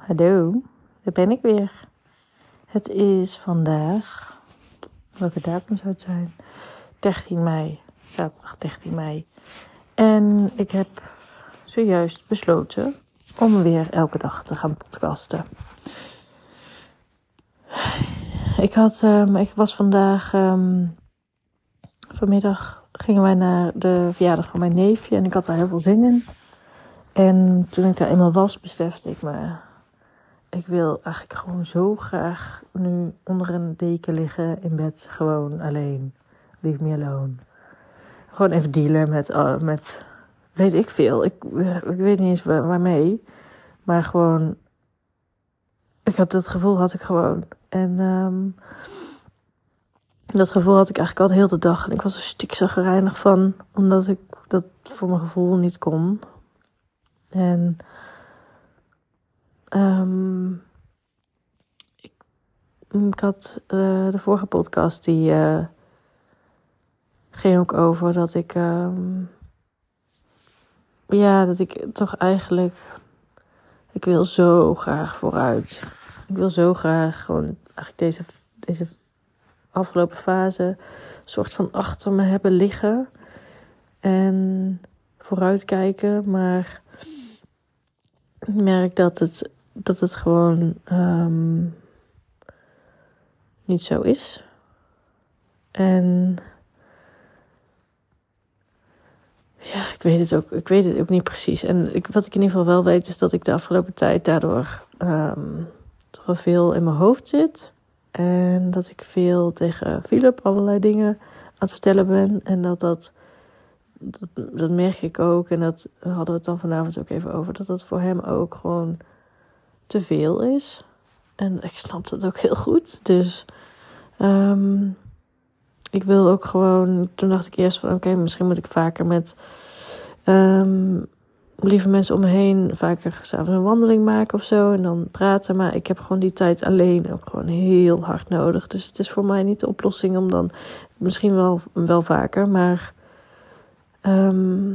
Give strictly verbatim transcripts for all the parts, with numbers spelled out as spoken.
Hallo, daar ben ik weer. Het is vandaag, welke datum zou het zijn? dertien mei, zaterdag dertien mei. En ik heb zojuist besloten om weer elke dag te gaan podcasten. Ik, had, um, ik was vandaag, um, vanmiddag gingen wij naar de verjaardag van mijn neefje en ik had daar heel veel zin in. En toen ik daar eenmaal was, besefte ik me, ik wil eigenlijk gewoon zo graag nu onder een deken liggen in bed, gewoon alleen. Leave me alone. Gewoon even dealen met, uh, met weet ik veel. Ik, ik weet niet eens waar, waarmee. Maar gewoon, ik had dat gevoel had ik gewoon. En um, dat gevoel had ik eigenlijk al de hele dag. En ik was er stikzagrijnig van, omdat ik dat voor mijn gevoel niet kon. En um, ik, ik had uh, de vorige podcast, die uh, ging ook over dat ik, um, ja, dat ik toch eigenlijk, ik wil zo graag vooruit. Ik wil zo graag gewoon eigenlijk deze, deze afgelopen fase een soort van achter me hebben liggen. En vooruitkijken, maar ik merk dat het, dat het gewoon um, niet zo is. En ja, ik weet het ook, ik weet het ook niet precies. En ik, wat ik in ieder geval wel weet, is dat ik de afgelopen tijd daardoor um, toch wel veel in mijn hoofd zit. En dat ik veel tegen Philip allerlei dingen aan het vertellen ben. En dat dat, dat, dat merk ik ook. En dat hadden we het dan vanavond ook even over. Dat dat voor hem ook gewoon te veel is. En ik snap dat ook heel goed. Dus um, ik wil ook gewoon, toen dacht ik eerst van oké, okay, misschien moet ik vaker met um, lieve mensen om me heen vaker 's avonds een wandeling maken of zo en dan praten. Maar ik heb gewoon die tijd alleen ook gewoon heel hard nodig. Dus het is voor mij niet de oplossing om dan, misschien wel, wel vaker, maar um,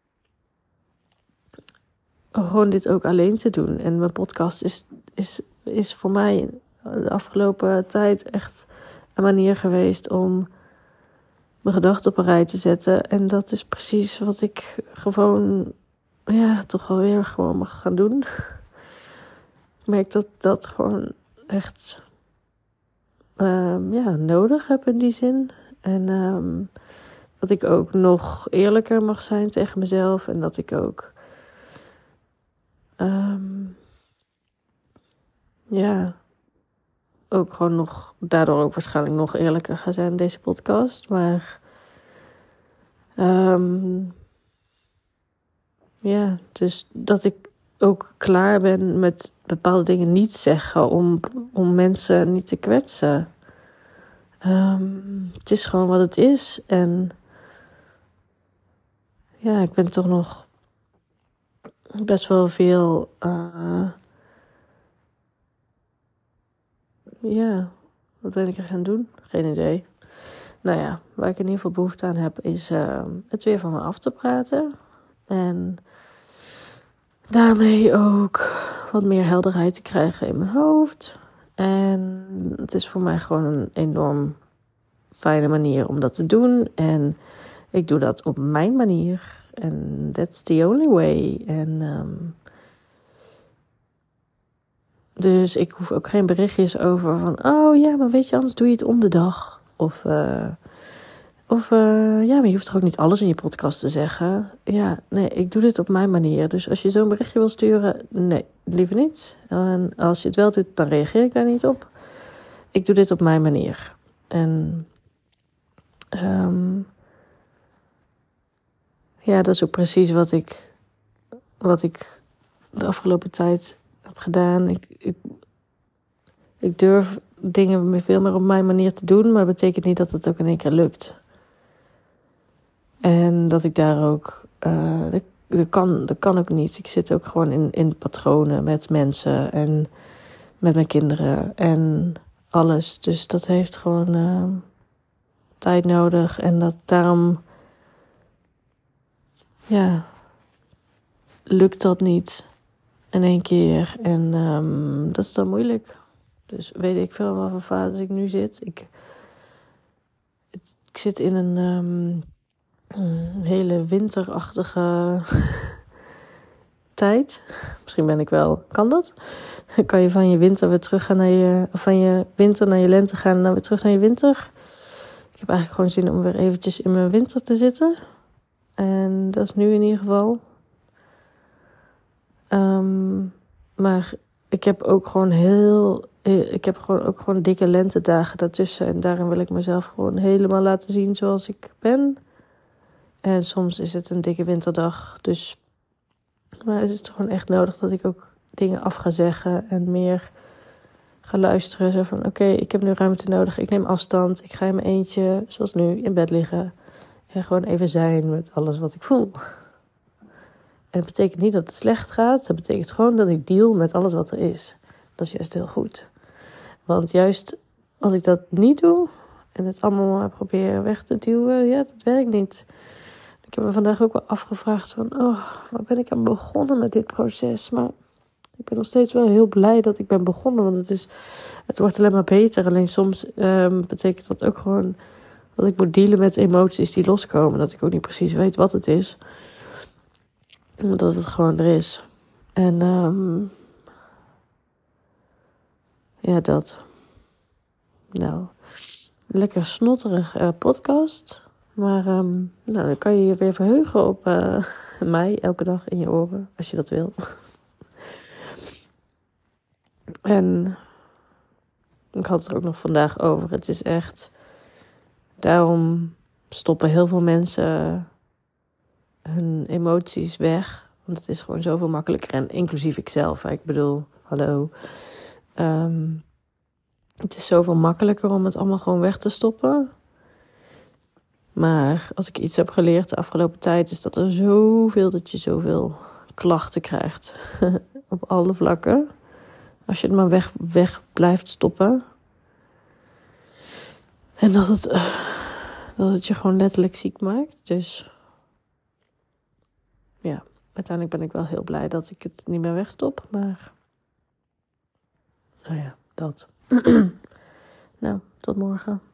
gewoon dit ook alleen te doen. En mijn podcast is, is, is voor mij de afgelopen tijd echt een manier geweest om mijn gedachten op een rij te zetten. En dat is precies wat ik gewoon, ja, toch wel weer gewoon mag gaan doen. Ik merk dat dat gewoon echt um, ja, nodig heb in die zin. En um, dat ik ook nog eerlijker mag zijn tegen mezelf. En dat ik ook um, ja, ook gewoon nog, daardoor ook waarschijnlijk nog eerlijker ga zijn in deze podcast. Maar um, ja, dus dat ik ook klaar ben met bepaalde dingen niet zeggen om, om mensen niet te kwetsen. Um, het is gewoon wat het is. En ja, ik ben toch nog best wel veel Uh, ja, wat ben ik er gaan doen? Geen idee. Nou ja, waar ik in ieder geval behoefte aan heb, is uh, het weer van me af te praten. En daarmee ook wat meer helderheid te krijgen in mijn hoofd. En het is voor mij gewoon een enorm fijne manier om dat te doen. En ik doe dat op mijn manier. En that's the only way. En um, dus ik hoef ook geen berichtjes over van, oh ja, maar weet je, anders doe je het om de dag. Of, uh, of uh, ja, maar je hoeft toch ook niet alles in je podcast te zeggen. Ja, nee, ik doe dit op mijn manier. Dus als je zo'n berichtje wil sturen, nee, liever niet. En als je het wel doet, dan reageer ik daar niet op. Ik doe dit op mijn manier. En um, ja, dat is ook precies wat ik, wat ik de afgelopen tijd heb gedaan. Ik, ik, ik durf dingen veel meer op mijn manier te doen, maar dat betekent niet dat het ook in één keer lukt. En dat ik daar ook, uh, dat, dat, kan, dat kan ook niet. Ik zit ook gewoon in, in patronen met mensen en met mijn kinderen en alles. Dus dat heeft gewoon uh, tijd nodig en dat daarom, ja, lukt dat niet. in één keer. En um, dat is dan moeilijk. Dus weet ik veel wat voor fase ik nu zit. Ik, het, ik zit in een, um, een hele winterachtige tijd. Misschien ben ik wel... Kan dat? Kan je van je winter weer terug gaan naar je... Of van je winter naar je lente gaan en dan weer terug naar je winter? Ik heb eigenlijk gewoon zin om weer eventjes in mijn winter te zitten. En dat is nu in ieder geval. Um, maar ik heb ook gewoon heel... Ik heb gewoon ook gewoon dikke lentedagen daartussen. En daarin wil ik mezelf gewoon helemaal laten zien zoals ik ben. En soms is het een dikke winterdag. Dus... Maar het is gewoon echt nodig dat ik ook dingen af ga zeggen. En meer ga luisteren. Zo van, oké, okay, ik heb nu ruimte nodig. Ik neem afstand. Ik ga in mijn eentje, zoals nu, in bed liggen. En gewoon even zijn met alles wat ik voel. En dat betekent niet dat het slecht gaat. Dat betekent gewoon dat ik deal met alles wat er is. Dat is juist heel goed. Want juist als ik dat niet doe... en het allemaal maar proberen weg te duwen... ja, dat werkt niet. Ik heb me vandaag ook wel afgevraagd van... oh, waar ben ik aan begonnen met dit proces? Maar ik ben nog steeds wel heel blij dat ik ben begonnen. Want het, is, het wordt alleen maar beter. Alleen soms um, betekent dat ook gewoon... dat ik moet dealen met emoties die loskomen. Dat ik ook niet precies weet wat het is. Maar dat het gewoon er is. En um, ja, dat. Nou, lekker snotterig uh, podcast. Maar um, nou, dan kan je je weer verheugen op uh, mij elke dag in je oren. Als je dat wil. En ik had het er ook nog vandaag over. Het is echt... Daarom stoppen heel veel mensen hun emoties weg. Want het is gewoon zoveel makkelijker. En inclusief ikzelf. Ik bedoel, hallo. Um, het is zoveel makkelijker om het allemaal gewoon weg te stoppen. Maar als ik iets heb geleerd de afgelopen tijd... is dat er zoveel, dat je zoveel klachten krijgt. Op alle vlakken. Als je het maar weg, weg blijft stoppen. En dat het, uh, dat het je gewoon letterlijk ziek maakt. Dus ja, uiteindelijk ben ik wel heel blij dat ik het niet meer wegstop. Maar nou ja, dat. Nou, tot morgen.